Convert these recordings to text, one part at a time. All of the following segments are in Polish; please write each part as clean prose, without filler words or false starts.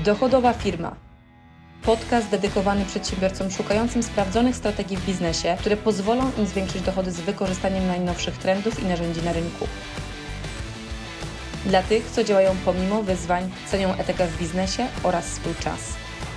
Dochodowa firma. Podcast dedykowany przedsiębiorcom szukającym sprawdzonych strategii w biznesie, które pozwolą im zwiększyć dochody z wykorzystaniem najnowszych trendów i narzędzi na rynku. Dla tych, co działają pomimo wyzwań, cenią etykę w biznesie oraz swój czas.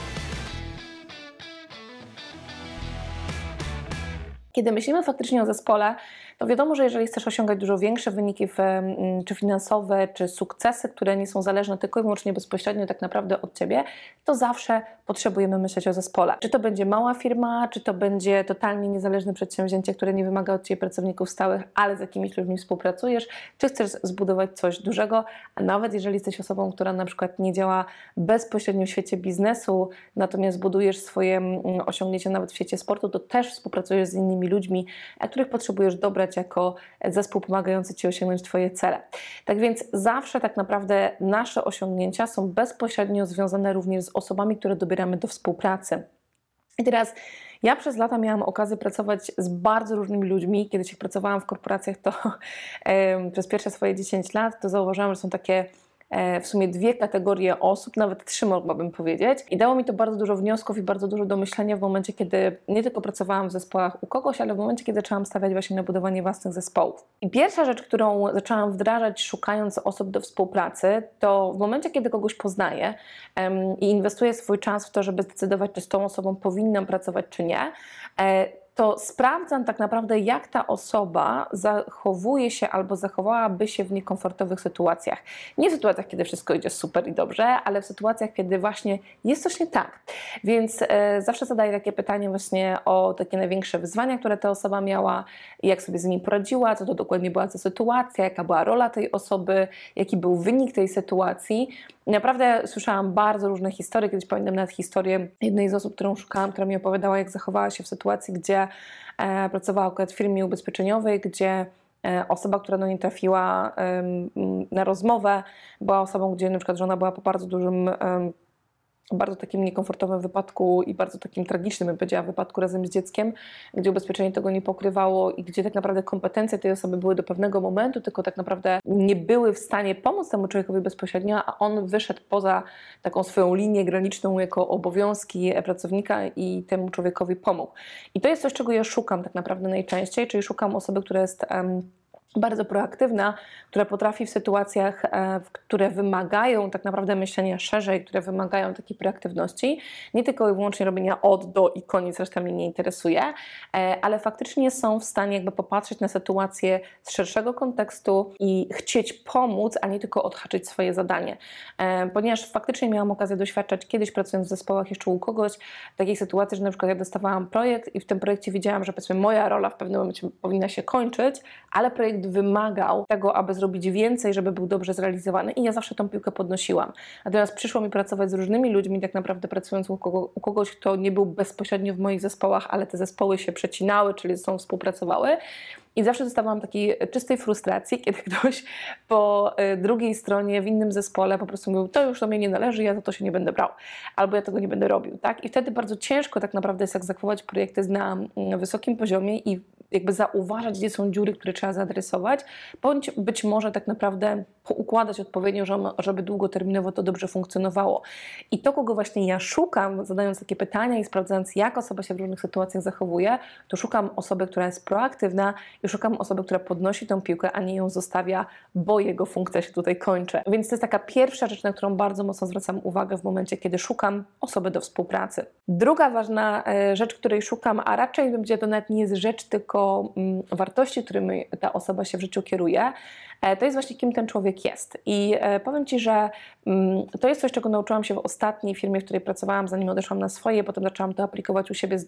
Kiedy myślimy faktycznie o zespole, to wiadomo, że jeżeli chcesz osiągać dużo większe wyniki czy finansowe, czy sukcesy, które nie są zależne tylko i wyłącznie bezpośrednio tak naprawdę od Ciebie, to zawsze potrzebujemy myśleć o zespole. Czy to będzie mała firma, czy to będzie totalnie niezależne przedsięwzięcie, które nie wymaga od Ciebie pracowników stałych, ale z jakimiś ludźmi współpracujesz, czy chcesz zbudować coś dużego, a nawet jeżeli jesteś osobą, która na przykład nie działa bezpośrednio w świecie biznesu, natomiast budujesz swoje osiągnięcia nawet w świecie sportu, to też współpracujesz z innymi ludźmi, których potrzebujesz dobrać jako zespół pomagający Ci osiągnąć Twoje cele. Tak więc zawsze tak naprawdę nasze osiągnięcia są bezpośrednio związane również z osobami, które dobieramy do współpracy. I teraz ja przez lata miałam okazję pracować z bardzo różnymi ludźmi. Kiedy się pracowałam w korporacjach, to przez pierwsze swoje 10 lat to zauważyłam, że są takie w sumie dwie kategorie osób, nawet trzy mogłabym powiedzieć. I dało mi to bardzo dużo wniosków i bardzo dużo do myślenia w momencie, kiedy nie tylko pracowałam w zespołach u kogoś, ale w momencie, kiedy zaczęłam stawiać właśnie na budowanie własnych zespołów. I pierwsza rzecz, którą zaczęłam wdrażać, szukając osób do współpracy, to w momencie, kiedy kogoś poznaję i inwestuję swój czas w to, żeby zdecydować, czy z tą osobą powinnam pracować, czy nie, to sprawdzam tak naprawdę, jak ta osoba zachowuje się albo zachowałaby się w niekomfortowych sytuacjach. Nie w sytuacjach, kiedy wszystko idzie super i dobrze, ale w sytuacjach, kiedy właśnie jest coś nie tak. Więc zawsze zadaję takie pytanie właśnie o takie największe wyzwania, które ta osoba miała, jak sobie z nimi poradziła, co to dokładnie była za sytuacja, jaka była rola tej osoby, jaki był wynik tej sytuacji. I naprawdę słyszałam bardzo różne historie. Kiedyś pamiętam nawet historię jednej z osób, którą szukałam, która mi opowiadała, jak zachowała się w sytuacji, gdzie pracowała akurat w firmie ubezpieczeniowej, gdzie osoba, która do niej trafiła na rozmowę, była osobą, gdzie na przykład żona była po bardzo takim niekomfortowym wypadku i bardzo takim tragicznym, bym powiedziała, wypadku razem z dzieckiem, gdzie ubezpieczenie tego nie pokrywało i gdzie tak naprawdę kompetencje tej osoby były do pewnego momentu, tylko tak naprawdę nie były w stanie pomóc temu człowiekowi bezpośrednio, a on wyszedł poza taką swoją linię graniczną jako obowiązki pracownika i temu człowiekowi pomógł. I to jest coś, czego ja szukam tak naprawdę najczęściej, czyli szukam osoby, która jest bardzo proaktywna, która potrafi w sytuacjach, które wymagają tak naprawdę myślenia szerzej, które wymagają takiej proaktywności, nie tylko i wyłącznie robienia od, do i koniec, reszta mnie nie interesuje, ale faktycznie są w stanie jakby popatrzeć na sytuację z szerszego kontekstu i chcieć pomóc, a nie tylko odhaczyć swoje zadanie. Ponieważ faktycznie miałam okazję doświadczać kiedyś, pracując w zespołach jeszcze u kogoś, takiej sytuacji, że na przykład ja dostawałam projekt i w tym projekcie widziałam, że powiedzmy moja rola w pewnym momencie powinna się kończyć, ale projekt wymagał tego, aby zrobić więcej, żeby był dobrze zrealizowany i ja zawsze tą piłkę podnosiłam. Natomiast przyszło mi pracować z różnymi ludźmi, tak naprawdę pracując u kogoś, kto nie był bezpośrednio w moich zespołach, ale te zespoły się przecinały, czyli ze sobą współpracowały. I zawsze dostawałam takiej czystej frustracji, kiedy ktoś po drugiej stronie w innym zespole po prostu mówił, to już do mnie nie należy, ja za to się nie będę brał, albo ja tego nie będę robił, tak? I wtedy bardzo ciężko tak naprawdę jest egzekwować projekty na wysokim poziomie i jakby zauważać, gdzie są dziury, które trzeba zaadresować, bądź być może tak naprawdę poukładać odpowiednio, żeby długoterminowo to dobrze funkcjonowało. I to, kogo właśnie ja szukam, zadając takie pytania i sprawdzając, jak osoba się w różnych sytuacjach zachowuje, to szukam osoby, która jest proaktywna i szukam osoby, która podnosi tą piłkę, a nie ją zostawia, bo jego funkcja się tutaj kończy. Więc to jest taka pierwsza rzecz, na którą bardzo mocno zwracam uwagę w momencie, kiedy szukam osoby do współpracy. Druga ważna rzecz, której szukam, a raczej będzie to nawet nie jest rzecz, tylko wartości, którymi ta osoba się w życiu kieruje, to jest właśnie kim ten człowiek jest. I powiem Ci, że to jest coś, czego nauczyłam się w ostatniej firmie, w której pracowałam, zanim odeszłam na swoje, potem zaczęłam to aplikować u siebie z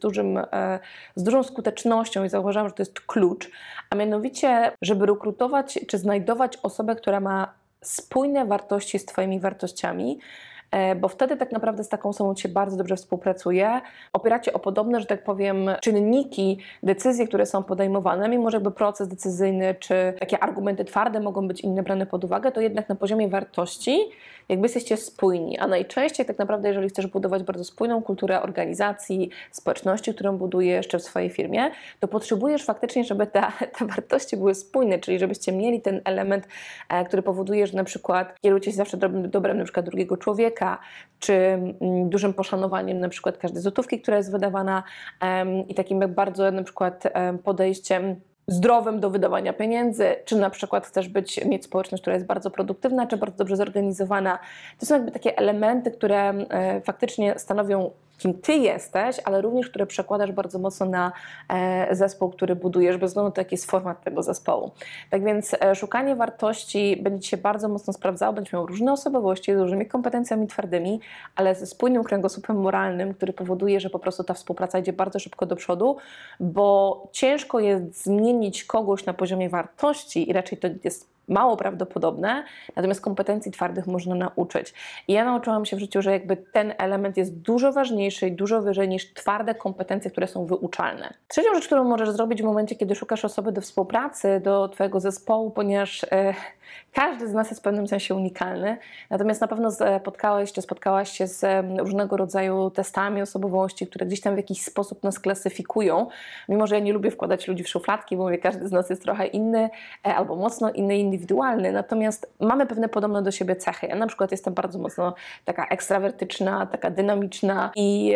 dużą skutecznością i zauważyłam, że to jest klucz, a mianowicie, żeby rekrutować czy znajdować osobę, która ma spójne wartości z Twoimi wartościami, bo wtedy tak naprawdę z taką osobą się bardzo dobrze współpracuje. Opieracie o podobne, że tak powiem, czynniki, decyzje, które są podejmowane, mimo że jakby proces decyzyjny czy takie argumenty twarde mogą być inne brane pod uwagę, to jednak na poziomie wartości jakby jesteście spójni, a najczęściej tak naprawdę, jeżeli chcesz budować bardzo spójną kulturę organizacji, społeczności, którą budujesz jeszcze w swojej firmie, to potrzebujesz faktycznie, żeby te wartości były spójne, czyli żebyście mieli ten element, który powoduje, że na przykład kierujecie się zawsze dobrem na przykład drugiego człowieka, człowieka, czy dużym poszanowaniem na przykład każdej złotówki, która jest wydawana i takim bardzo na przykład podejściem zdrowym do wydawania pieniędzy, czy na przykład chcesz mieć społeczność, która jest bardzo produktywna, czy bardzo dobrze zorganizowana. To są jakby takie elementy, które faktycznie stanowią, kim Ty jesteś, ale również które przekładasz bardzo mocno na zespół, który budujesz, bez względu na to, jaki jest format tego zespołu. Tak więc szukanie wartości będzie Ci się bardzo mocno sprawdzało, będziesz miał różne osobowości, z różnymi kompetencjami twardymi, ale ze spójnym kręgosłupem moralnym, który powoduje, że po prostu ta współpraca idzie bardzo szybko do przodu, bo ciężko jest zmienić kogoś na poziomie wartości i raczej to jest mało prawdopodobne, natomiast kompetencji twardych można nauczyć. I ja nauczyłam się w życiu, że jakby ten element jest dużo ważniejszy i dużo wyżej niż twarde kompetencje, które są wyuczalne. Trzecią rzecz, którą możesz zrobić w momencie, kiedy szukasz osoby do współpracy, do Twojego zespołu, ponieważ każdy z nas jest w pewnym sensie unikalny, natomiast na pewno spotkałaś się z różnego rodzaju testami osobowości, które gdzieś tam w jakiś sposób nas klasyfikują, mimo że ja nie lubię wkładać ludzi w szufladki, bo mówię, każdy z nas jest trochę inny albo mocno inny, indywidualny, natomiast mamy pewne podobne do siebie cechy. Ja na przykład jestem bardzo mocno taka ekstrawertyczna, taka dynamiczna i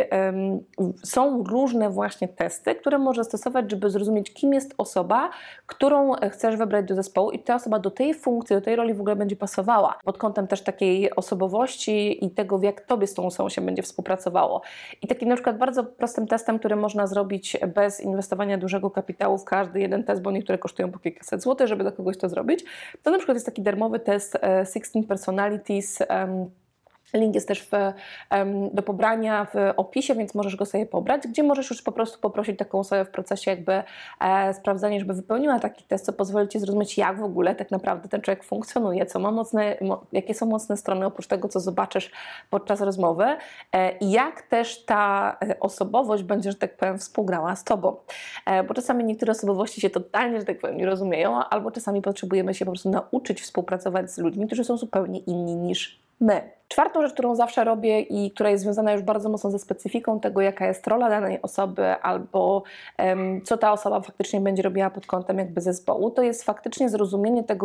są różne właśnie testy, które możesz stosować, żeby zrozumieć, kim jest osoba, którą chcesz wybrać do zespołu i ta osoba do tej funkcji, do tej roli w ogóle będzie pasowała. Pod kątem też takiej osobowości i tego, jak Tobie z tą osobą się będzie współpracowało. I takim na przykład bardzo prostym testem, który można zrobić bez inwestowania dużego kapitału w każdy jeden test, bo niektóre kosztują po kilkaset złotych, żeby dla kogoś to zrobić, to na przykład jest taki darmowy test 16 Personalities. Link jest też do pobrania w opisie, więc możesz go sobie pobrać, gdzie możesz już po prostu poprosić taką osobę w procesie jakby sprawdzania, żeby wypełniła taki test, co pozwoli Ci zrozumieć, jak w ogóle tak naprawdę ten człowiek funkcjonuje, jakie są mocne strony oprócz tego, co zobaczysz podczas rozmowy i jak też ta osobowość będzie, że tak powiem, współgrała z Tobą. Bo czasami niektóre osobowości się totalnie, że tak powiem, nie rozumieją, albo czasami potrzebujemy się po prostu nauczyć współpracować z ludźmi, którzy są zupełnie inni niż my. Czwartą rzecz, którą zawsze robię i która jest związana już bardzo mocno ze specyfiką tego, jaka jest rola danej osoby albo co ta osoba faktycznie będzie robiła pod kątem jakby zespołu, to jest faktycznie zrozumienie tego,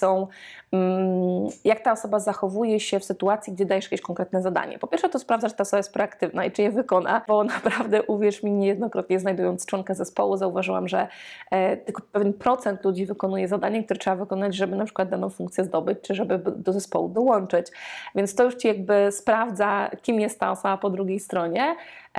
jak ta osoba zachowuje się w sytuacji, gdzie dajesz jakieś konkretne zadanie. Po pierwsze to sprawdzasz, czy ta osoba jest proaktywna i czy je wykona, bo naprawdę uwierz mi, niejednokrotnie znajdując członka zespołu zauważyłam, że tylko pewien procent ludzi wykonuje zadanie, które trzeba wykonać, żeby na przykład daną funkcję zdobyć, czy żeby do zespołu dołączyć. Więc to już Ci jakby sprawdza, kim jest ta osoba po drugiej stronie.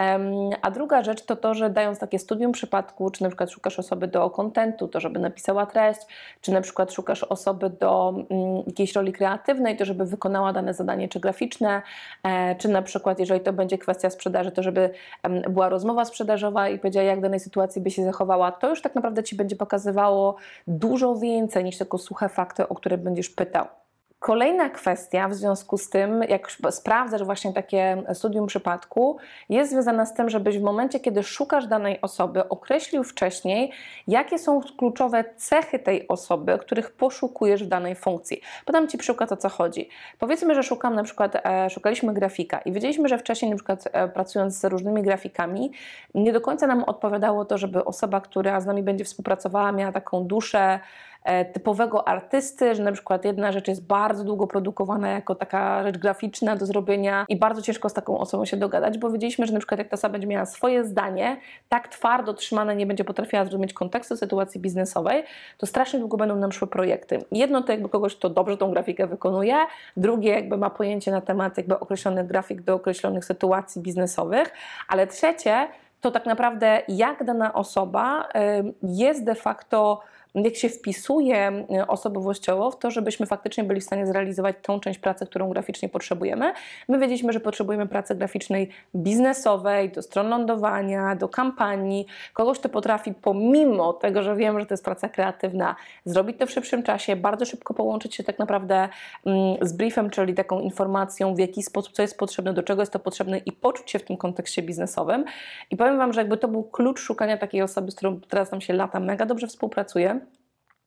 A druga rzecz to to, że dając takie studium przypadku, czy na przykład szukasz osoby do kontentu, to żeby napisała treść, czy na przykład szukasz osoby do jakiejś roli kreatywnej, to żeby wykonała dane zadanie, czy graficzne, czy na przykład jeżeli to będzie kwestia sprzedaży, to żeby była rozmowa sprzedażowa i powiedziała, jak w danej sytuacji by się zachowała, to już tak naprawdę Ci będzie pokazywało dużo więcej niż tylko suche fakty, o które będziesz pytał. Kolejna kwestia w związku z tym, jak sprawdzasz właśnie takie studium przypadku, jest związana z tym, żebyś w momencie, kiedy szukasz danej osoby, określił wcześniej, jakie są kluczowe cechy tej osoby, których poszukujesz w danej funkcji. Podam Ci przykład, o co chodzi. Powiedzmy, że szukaliśmy grafika i wiedzieliśmy, że wcześniej na przykład pracując z różnymi grafikami, nie do końca nam odpowiadało to, żeby osoba, która z nami będzie współpracowała, miała taką duszę typowego artysty, że na przykład jedna rzecz jest bardzo długo produkowana jako taka rzecz graficzna do zrobienia i bardzo ciężko z taką osobą się dogadać, bo wiedzieliśmy, że na przykład jak ta osoba będzie miała swoje zdanie, tak twardo trzymane, nie będzie potrafiła zrozumieć kontekstu sytuacji biznesowej, to strasznie długo będą nam szły projekty. Jedno to jakby kogoś, kto dobrze tą grafikę wykonuje, drugie jakby ma pojęcie na temat jakby określonych grafik do określonych sytuacji biznesowych, ale trzecie to tak naprawdę jak dana osoba jest de facto, jak się wpisuje osobowościowo w to, żebyśmy faktycznie byli w stanie zrealizować tą część pracy, którą graficznie potrzebujemy. My wiedzieliśmy, że potrzebujemy pracy graficznej biznesowej, do stron lądowania, do kampanii, kogoś, kto potrafi pomimo tego, że wiem, że to jest praca kreatywna, zrobić to w szybszym czasie, bardzo szybko połączyć się tak naprawdę z briefem, czyli taką informacją, w jaki sposób, co jest potrzebne, do czego jest to potrzebne i poczuć się w tym kontekście biznesowym. I powiem Wam, że jakby to był klucz szukania takiej osoby, z którą teraz nam się lata mega dobrze współpracuje.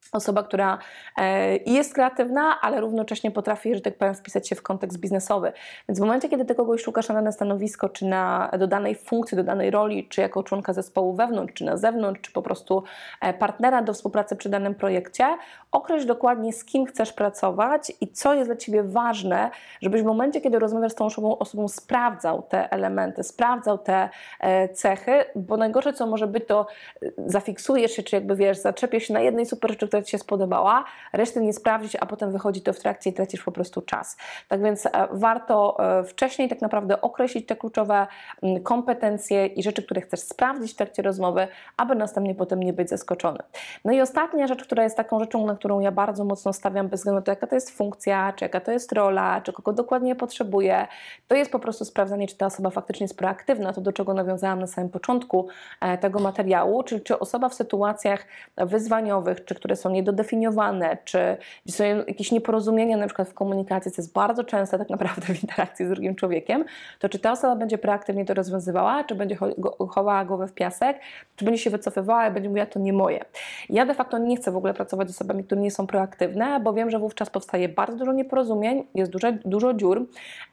Osoba, która jest kreatywna, ale równocześnie potrafi, że tak powiem, wpisać się w kontekst biznesowy. Więc w momencie, kiedy ty kogoś szukasz na dane stanowisko, czy do danej funkcji, do danej roli, czy jako członka zespołu wewnątrz, czy na zewnątrz, czy po prostu partnera do współpracy przy danym projekcie, określ dokładnie, z kim chcesz pracować i co jest dla ciebie ważne, żebyś w momencie, kiedy rozmawiasz z tą osobą sprawdzał te elementy, sprawdzał te cechy, bo najgorsze, co może być, to zafiksujesz się, czy jakby wiesz, zaczepiesz się na jednej super rzeczy, która ci się spodobała, reszty nie sprawdzić, a potem wychodzi to w trakcie i tracisz po prostu czas. Tak więc warto wcześniej tak naprawdę określić te kluczowe kompetencje i rzeczy, które chcesz sprawdzić w trakcie rozmowy, aby następnie potem nie być zaskoczony. No i ostatnia rzecz, która jest taką rzeczą, na którą ja bardzo mocno stawiam bez względu na to, jaka to jest funkcja, czy jaka to jest rola, czy kogo dokładnie potrzebuję, to jest po prostu sprawdzanie, czy ta osoba faktycznie jest proaktywna, to do czego nawiązałam na samym początku tego materiału, czyli czy osoba w sytuacjach wyzwaniowych, czy które są niedodefiniowane, czy gdzie są jakieś nieporozumienia na przykład w komunikacji, co jest bardzo częste tak naprawdę w interakcji z drugim człowiekiem, to czy ta osoba będzie proaktywnie to rozwiązywała, czy będzie chowała głowę w piasek, czy będzie się wycofywała i będzie mówiła, to nie moje. Ja de facto nie chcę w ogóle pracować z osobami, które nie są proaktywne, bo wiem, że wówczas powstaje bardzo dużo nieporozumień, jest dużo dziur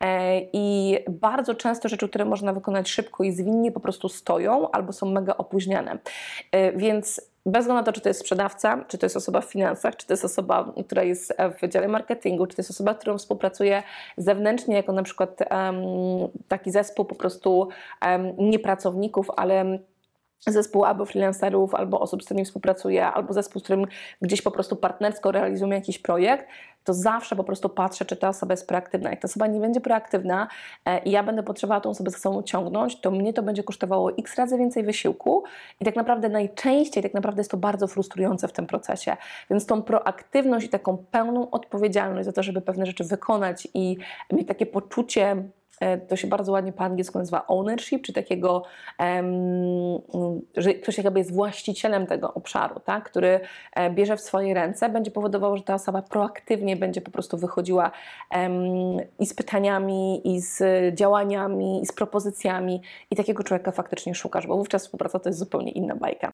i bardzo często rzeczy, które można wykonać szybko i zwinnie, po prostu stoją albo są mega opóźniane. Więc bez względu na to, czy to jest sprzedawca, czy to jest osoba w finansach, czy to jest osoba, która jest w dziale marketingu, czy to jest osoba, z którą współpracuje zewnętrznie, jako na przykład taki zespół po prostu nie pracowników, ale zespół albo freelancerów, albo osób, z którymi współpracuję, albo zespół, z którym gdzieś po prostu partnersko realizujemy jakiś projekt, to zawsze po prostu patrzę, czy ta osoba jest proaktywna. Jak ta osoba nie będzie proaktywna i ja będę potrzebowała tą osobę ze sobą ciągnąć, to mnie to będzie kosztowało x razy więcej wysiłku i tak naprawdę najczęściej jest to bardzo frustrujące w tym procesie. Więc tą proaktywność i taką pełną odpowiedzialność za to, żeby pewne rzeczy wykonać i mieć takie poczucie, to się bardzo ładnie po angielsku nazywa ownership, czy takiego, że ktoś jakby jest właścicielem tego obszaru, tak, który bierze w swoje ręce, będzie powodowało, że ta osoba proaktywnie będzie po prostu wychodziła i z pytaniami, i z działaniami, i z propozycjami i takiego człowieka faktycznie szukasz, bo wówczas współpraca to jest zupełnie inna bajka.